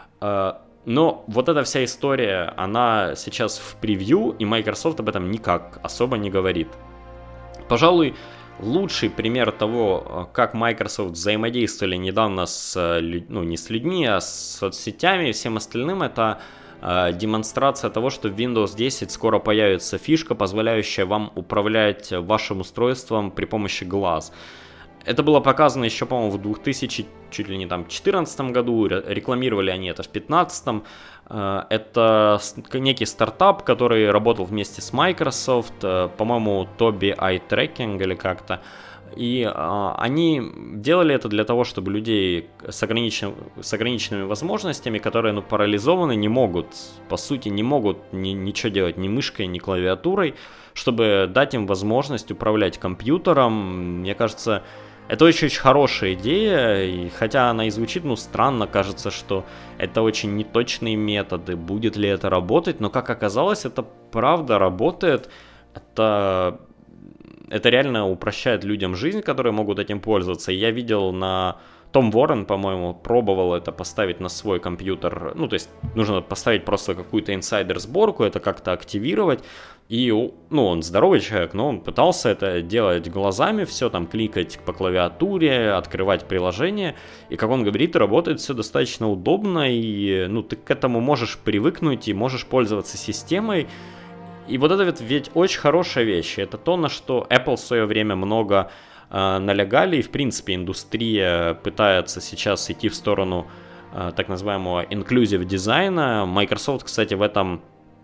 Но вот эта вся история, она сейчас в превью, и Microsoft об этом никак особо не говорит. Пожалуй, лучший пример того, как Microsoft взаимодействовали недавно с, ну, не с людьми, а с соцсетями и всем остальным, это э, демонстрация того, что в Windows десять скоро появится фишка, позволяющая вам управлять вашим устройством при помощи глаз. Это было показано еще, по-моему, в две тысячи, чуть ли не там, четырнадцатом году, рекламировали они это в пятнадцатом. Это некий стартап, который работал вместе с Microsoft, по-моему, Tobii Eye Tracking или как-то. И а, они делали это для того, чтобы людей с, ограничен... с ограниченными возможностями, которые, ну, парализованы, не могут, по сути, не могут ни, ничего делать ни мышкой, ни клавиатурой, чтобы дать им возможность управлять компьютером. Мне кажется, это очень-очень хорошая идея, и хотя она и звучит, ну, странно, кажется, что это очень неточные методы, будет ли это работать, но, как оказалось, это правда работает. Это... Это реально упрощает людям жизнь, которые могут этим пользоваться. Я видел на... Том Уоррен, по-моему, пробовал это поставить на свой компьютер. Ну, то есть нужно поставить просто какую-то инсайдер-сборку, это как-то активировать. И, ну, он здоровый человек, но он пытался это делать глазами, все там кликать по клавиатуре, открывать приложение. И, как он говорит, работает все достаточно удобно. И, ну, ты к этому можешь привыкнуть и можешь пользоваться системой. И вот это ведь очень хорошая вещь. Это то, на что Apple в свое время много э, налегали. И, в принципе, индустрия пытается сейчас идти в сторону э, так называемого inclusive дизайна. Microsoft, кстати, в этом,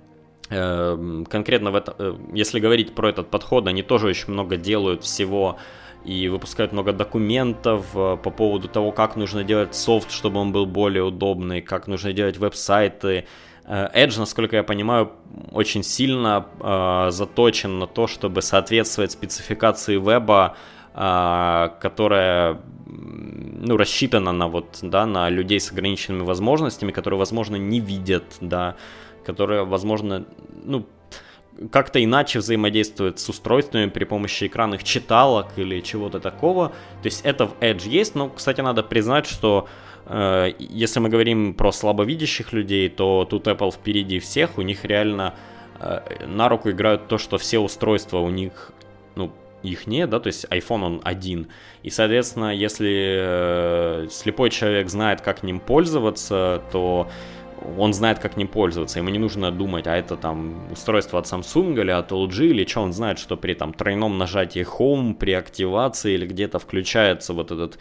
э, конкретно в этом, э, если говорить про этот подход, они тоже очень много делают всего и выпускают много документов э, по поводу того, как нужно делать софт, чтобы он был более удобный, как нужно делать веб-сайты. Edge, насколько я понимаю, очень сильно э, заточен на то, чтобы соответствовать спецификации веба, э, которая, ну, рассчитана на, вот, да, на людей с ограниченными возможностями, которые, возможно, не видят, да, которые, возможно, ну, как-то иначе взаимодействуют с устройствами при помощи экранных читалок или чего-то такого. То есть это в Edge есть, но, кстати, надо признать, что если мы говорим про слабовидящих людей, то тут Apple впереди всех, у них реально э, на руку играют то, что все устройства у них, ну, их нет, да, то есть iPhone он один, и, соответственно, если э, слепой человек знает, как ним пользоваться, то он знает, как ним пользоваться, ему не нужно думать, а это там устройство от Samsung или от эл джи, или что, он знает, что при там тройном нажатии Home, при активации или где-то включается вот этот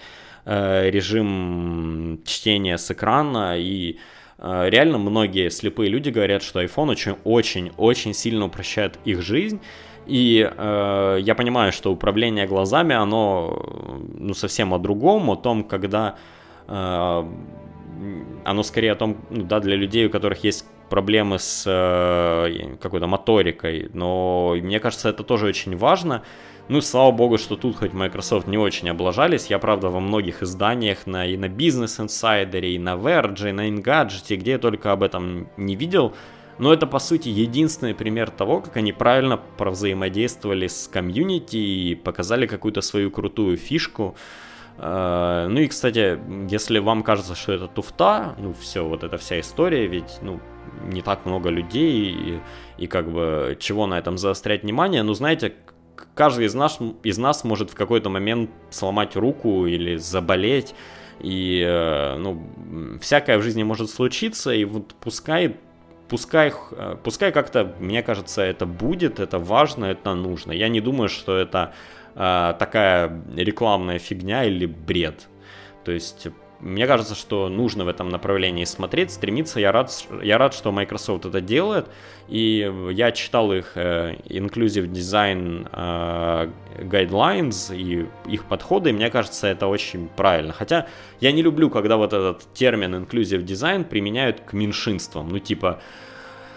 режим чтения с экрана, и э, реально многие слепые люди говорят, что iPhone очень-очень-очень сильно упрощает их жизнь, и э, я понимаю, что управление глазами, оно, ну, совсем о другом, о том, когда э, оно скорее о том, ну, да, для людей, у которых есть проблемы с э, какой-то моторикой, но мне кажется, это тоже очень важно. Ну, слава богу, что тут хоть Microsoft не очень облажались. Я, правда, во многих изданиях, на, и на Business Insider, и на Verge, и на Engadget, где я только об этом не видел. Но это, по сути, единственный пример того, как они правильно провзаимодействовали с комьюнити и показали какую-то свою крутую фишку. Ну и, кстати, если вам кажется, что это туфта, ну все, вот эта вся история, ведь, ну, не так много людей, и, и как бы чего на этом заострять внимание, ну, знаете, каждый из нас, из нас может в какой-то момент сломать руку или заболеть, и, ну, всякое в жизни может случиться, и вот пускай, пускай, пускай как-то, мне кажется, это будет, это важно, это нужно. Я не думаю, что это э, такая рекламная фигня или бред. То есть, мне кажется, что нужно в этом направлении смотреть, стремиться. Я рад, я рад, что Microsoft это делает. И я читал их э, Inclusive Design э, Guidelines и их подходы, и мне кажется, это очень правильно. Хотя я не люблю, когда вот этот термин Inclusive Design применяют к меньшинствам. Ну, типа,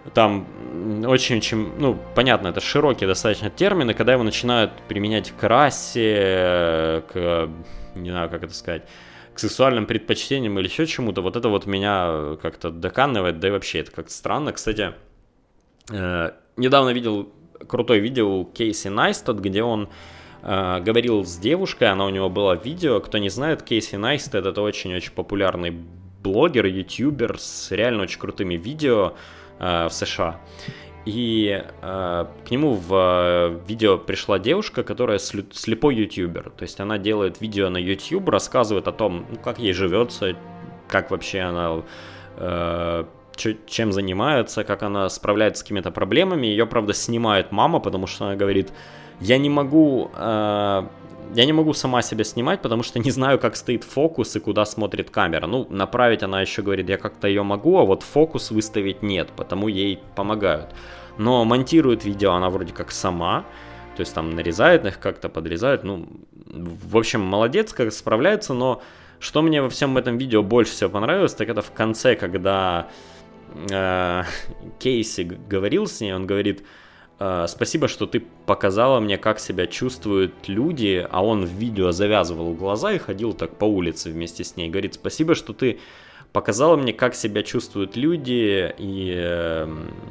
там очень-очень, ну, понятно, это широкие достаточно термины, когда его начинают применять к расе, к, не знаю, как это сказать, к сексуальным предпочтениям или еще чему-то, вот это вот меня как-то доканывает, да и вообще это как-то странно. Кстати, э, недавно видел крутое видео у Кейси Найстат, где он э, говорил с девушкой, она у него была в видео, кто не знает, Кейси Найстат это очень-очень популярный блогер, ютубер с реально очень крутыми видео э, в США. И э, к нему в э, видео пришла девушка, которая слю- слепой ютубер. То есть она делает видео на YouTube, рассказывает о том, ну, как ей живется, как вообще она, э, ч- чем занимается, как она справляется с какими-то проблемами. Ее, правда, снимает мама, потому что она говорит, я не могу... Э, Я не могу сама себя снимать, потому что не знаю, как стоит фокус и куда смотрит камера. Ну, направить она еще говорит, я как-то ее могу, а вот фокус выставить нет, потому ей помогают. Но монтирует видео она вроде как сама, то есть там нарезает их как-то, подрезает. Ну, в общем, молодец, как справляется, но что мне во всем этом видео больше всего понравилось, так это в конце, когда э, Кейси говорил с ней, он говорит... Спасибо, что ты показала мне, как себя чувствуют люди, а он в видео завязывал глаза и ходил так по улице вместе с ней. Говорит, спасибо, что ты показала мне, как себя чувствуют люди, и э,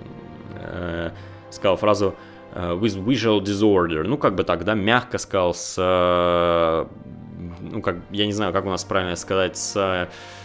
э, сказал фразу with visual disorder, ну как бы так, да, мягко сказал, с, э, ну как, я не знаю, как у нас правильно сказать, с...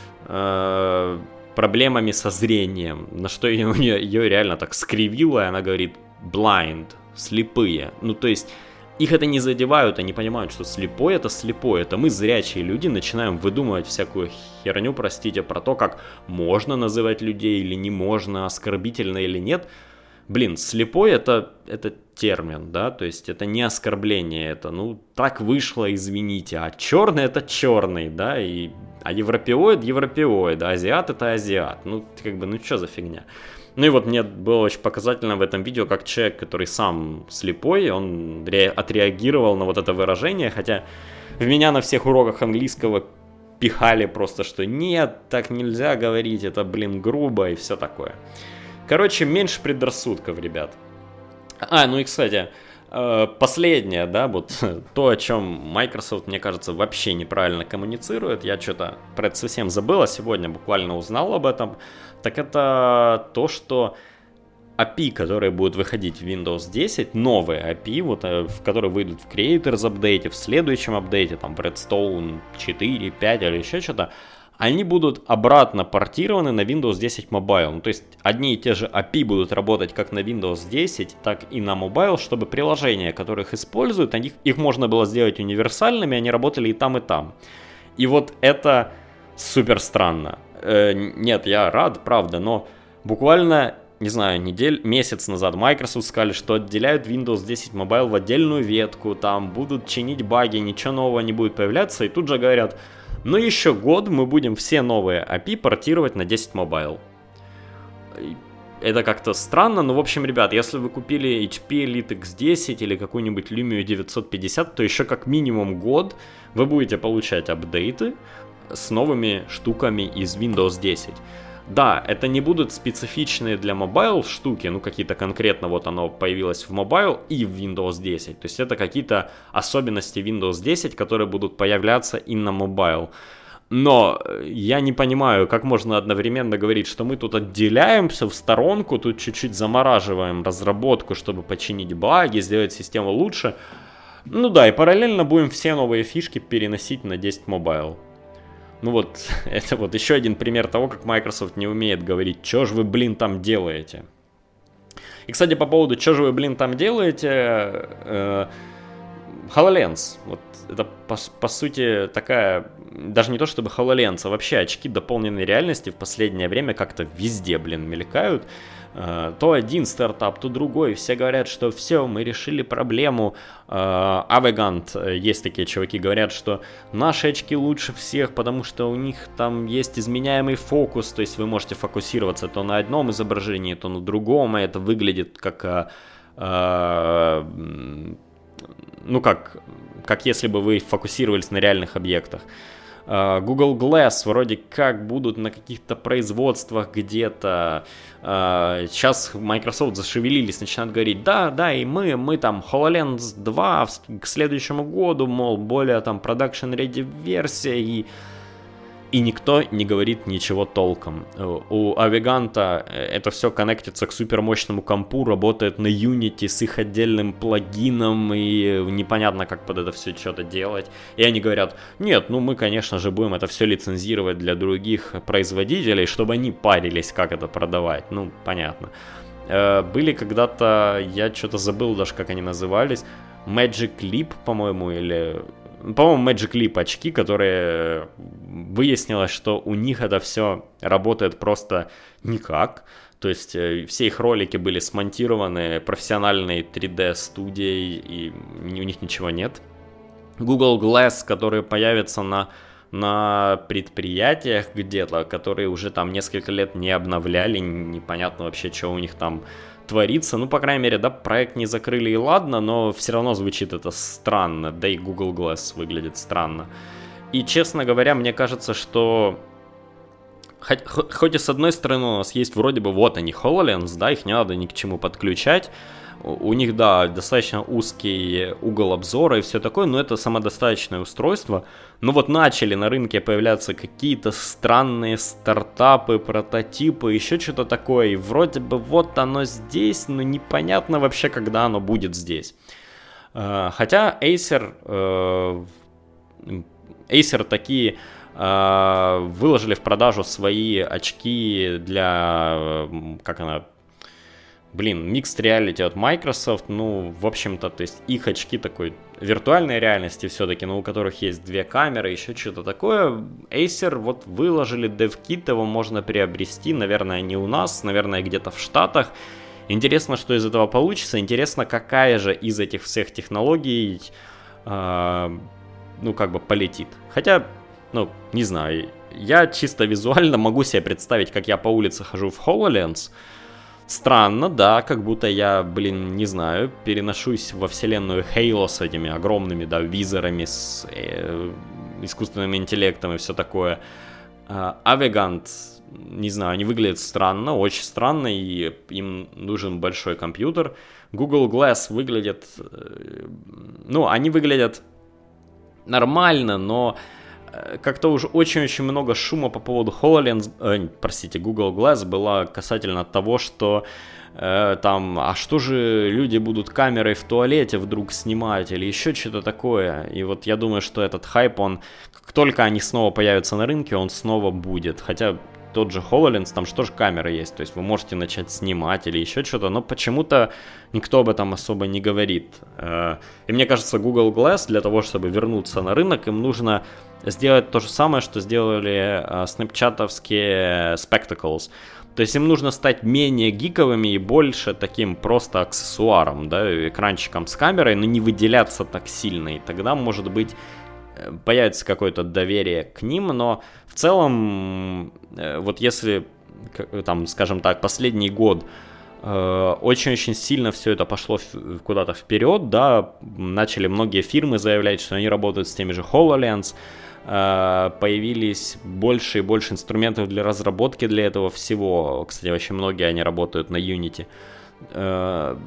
Э, проблемами со зрением, на что ее, ее реально так скривило, и она говорит blind, слепые. Ну, то есть, их это не задевают, они понимают, что слепой это слепой. Это мы, зрячие люди, начинаем выдумывать всякую херню, простите, про то, как можно называть людей или не можно, оскорбительно или нет. Блин, слепой это, это термин, да, то есть это не оскорбление, это, ну, так вышло, извините, а черный это черный, да, и, а европеоид европеоид, а азиат это азиат, ну, как бы, ну, что за фигня. Ну и вот мне было очень показательно в этом видео, как человек, который сам слепой, он ре- отреагировал на вот это выражение, хотя в меня на всех уроках английского пихали просто, что нет, так нельзя говорить, это, блин, грубо и все такое. Короче, меньше предрассудков, ребят. А, ну и, кстати, последнее, да, вот то, о чем Microsoft, мне кажется, вообще неправильно коммуницирует, я что-то про это совсем забыл, а сегодня буквально узнал об этом, так это то, что эй пи ай, которые будут выходить в Windows десять, новые эй пи ай, вот, в которые выйдут в Creators апдейте, в следующем апдейте, там, Redstone четыре, пять или еще что-то, они будут обратно портированы на Windows десять Mobile. Ну, то есть одни и те же эй пи ай будут работать как на Windows десять, так и на Mobile, чтобы приложения, которые их используют, их, их можно было сделать универсальными, они работали и там, и там. И вот это супер странно. Э, нет, я рад, правда, но буквально, не знаю, недель, месяц назад Microsoft сказали, что отделяют Windows десять Mobile в отдельную ветку, там будут чинить баги, ничего нового не будет появляться, и тут же говорят... Но еще год мы будем все новые эй пи ай портировать на десять Mobile. Это как-то странно, но в общем, ребят, если вы купили эйч пи Elite икс десять или какую-нибудь Lumia девятьсот пятьдесят, то еще как минимум год вы будете получать апдейты с новыми штуками из Windows десять. Да, это не будут специфичные для Mobile штуки, ну какие-то конкретно вот оно появилось в Mobile и в Windows десять. То есть это какие-то особенности Windows десять, которые будут появляться и на Mobile. Но я не понимаю, как можно одновременно говорить, что мы тут отделяемся в сторонку, тут чуть-чуть замораживаем разработку, чтобы починить баги, сделать систему лучше. Ну да, и параллельно будем все новые фишки переносить на десять Mobile. Ну вот, это вот еще один пример того, как Microsoft не умеет говорить, что же вы, блин, там делаете. И, кстати, по поводу, что же вы, блин, там делаете, э, HoloLens, вот это, по, по сути, такая, даже не то чтобы HoloLens, а вообще очки дополненной реальности в последнее время как-то везде, блин, мелькают. То один стартап, то другой, все говорят, что все, мы решили проблему. Avegant, есть такие чуваки, говорят, что наши очки лучше всех, потому что у них там есть изменяемый фокус, то есть вы можете фокусироваться то на одном изображении, то на другом, и это выглядит как, ну как, как если бы вы фокусировались на реальных объектах. Google Glass вроде как будут на каких-то производствах где-то. Сейчас Microsoft зашевелились, начинают говорить, да, да, и мы, мы там HoloLens два к следующему году, мол, более там production ready версия, и... И никто не говорит ничего толком. У Avegant это все коннектится к супермощному компу, работает на Unity с их отдельным плагином, и непонятно, как под это все что-то делать. И они говорят, нет, ну мы, конечно же, будем это все лицензировать для других производителей, чтобы они парились, как это продавать. Ну, понятно. Были когда-то, я что-то забыл даже, как они назывались, Magic Leap, по-моему, или... По-моему, Magic Leap очки, которые выяснилось, что у них это все работает просто никак. То есть все их ролики были смонтированы профессиональной три дэ студией, и у них ничего нет. Google Glass, который появится на, на предприятиях где-то, которые уже там несколько лет не обновляли, непонятно вообще, что у них там творится. Ну, по крайней мере, да, проект не закрыли и ладно, но все равно звучит это странно, да и Google Glass выглядит странно. И, честно говоря, мне кажется, что хоть, хоть и с одной стороны у нас есть вроде бы вот они HoloLens, да, их не надо ни к чему подключать, у них, да, достаточно узкий угол обзора и все такое, но это самодостаточное устройство. Но вот начали на рынке появляться какие-то странные стартапы, прототипы, еще что-то такое. И вроде бы вот оно здесь, но непонятно вообще, когда оно будет здесь. Хотя Acer, Acer такие выложили в продажу свои очки для, как она... Блин, Mixed Reality от Microsoft, ну, в общем-то, то есть их очки такой виртуальной реальности все-таки, но у которых есть две камеры, еще что-то такое. Acer вот выложили DevKit, его можно приобрести, наверное, не у нас, наверное, где-то в Штатах. Интересно, что из этого получится, интересно, какая же из этих всех технологий, э, ну, как бы полетит. Хотя, ну, не знаю, я чисто визуально могу себе представить, как я по улице хожу в HoloLens. Странно, да, как будто я, блин, не знаю, переношусь во вселенную Halo с этими огромными, да, визорами, с э, искусственным интеллектом и все такое. А Avegant, не знаю, они выглядят странно, очень странно, и им нужен большой компьютер. Google Glass выглядит, э, ну, они выглядят нормально, но... Как-то уже очень-очень много шума по поводу HoloLens, э, простите, Google Glass было касательно того, что э, там, а что же люди будут камерой в туалете вдруг снимать или еще что-то такое. И вот я думаю, что этот хайп, он, как только они снова появятся на рынке, он снова будет. Хотя тот же HoloLens, там что же камера есть, то есть вы можете начать снимать или еще что-то, но почему-то никто об этом особо не говорит. И мне кажется, Google Glass для того, чтобы вернуться на рынок, им нужно сделать то же самое, что сделали снэпчатовские Spectacles. То есть им нужно стать менее гиковыми и больше таким просто аксессуаром, да, экранчиком с камерой, но не выделяться так сильно, и тогда, может быть, появится какое-то доверие к ним, но в целом, вот если, там, скажем так, последний год очень-очень сильно все это пошло куда-то вперед, да, начали многие фирмы заявлять, что они работают с теми же HoloLens, появились больше и больше инструментов для разработки для этого всего, кстати, вообще многие они работают на Unity. Да,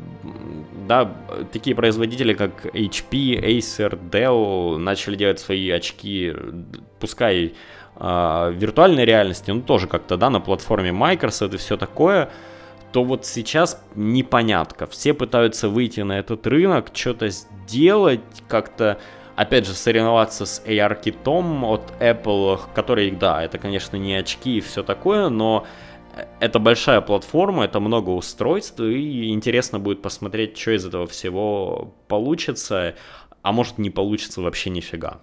такие производители, как эйч пи, Acer, Dell начали делать свои очки, пускай э, виртуальной реальности, но тоже как-то, да, на платформе Microsoft и все такое, то вот сейчас непонятка. Все пытаются выйти на этот рынок, что-то сделать, как-то, опять же, соревноваться с эй ар-китом от Apple, который, да, это, конечно, не очки и все такое, но это большая платформа, это много устройств, и интересно будет посмотреть, что из этого всего получится, а может не получится вообще нифига.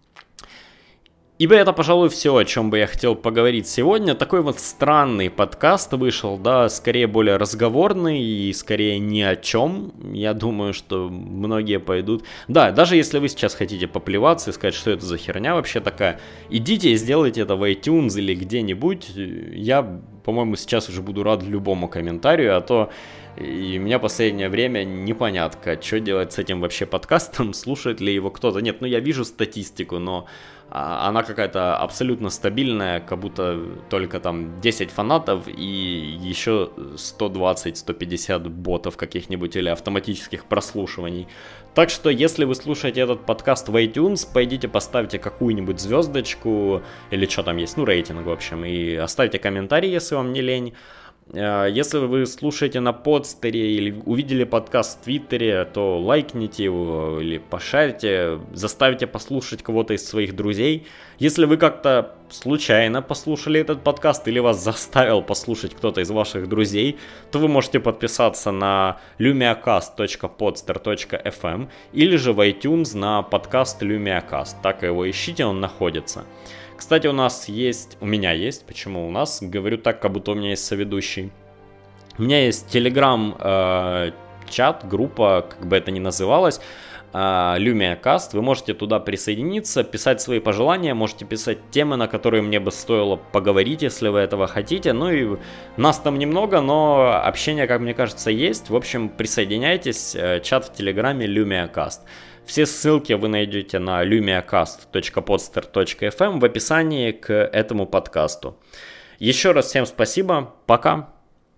Ибо это, пожалуй, все, о чем бы я хотел поговорить сегодня. Такой вот странный подкаст вышел, да, скорее более разговорный и скорее ни о чем. Я думаю, что многие пойдут... Да, даже если вы сейчас хотите поплеваться и сказать, что это за херня вообще такая, идите и сделайте это в iTunes или где-нибудь. Я, по-моему, сейчас уже буду рад любому комментарию, а то И у меня последнее время непонятно, что делать с этим вообще подкастом, слушает ли его кто-то. Нет, ну я вижу статистику, но она какая-то абсолютно стабильная, как будто только там десять фанатов и еще сто двадцать - сто пятьдесят ботов каких-нибудь или автоматических прослушиваний. Так что, если вы слушаете этот подкаст в iTunes, пойдите поставьте какую-нибудь звездочку, или что там есть, ну рейтинг в общем, и оставьте комментарий, если вам не лень. Если вы слушаете на подстере или увидели подкаст в Твиттере, то лайкните его или пошарьте, заставьте послушать кого-то из своих друзей. Если вы как-то случайно послушали этот подкаст или вас заставил послушать кто-то из ваших друзей, то вы можете подписаться на lumiacast точка podster точка эф эм или же в iTunes на подкаст Lumiacast. Так его ищите, он находится. Кстати, у нас есть, у меня есть, почему у нас, говорю так, как будто у меня есть соведущий. У меня есть телеграм э, чат, группа, как бы это ни называлось, э, Lumiacast. Вы можете туда присоединиться, писать свои пожелания, можете писать темы, на которые мне бы стоило поговорить, если вы этого хотите. Ну и нас там немного, но общение, как мне кажется, есть. В общем, присоединяйтесь, э, чат в телеграме Lumiacast. Все ссылки вы найдете на lumiacast точка podster точка эф эм в описании к этому подкасту. Еще раз всем спасибо, пока!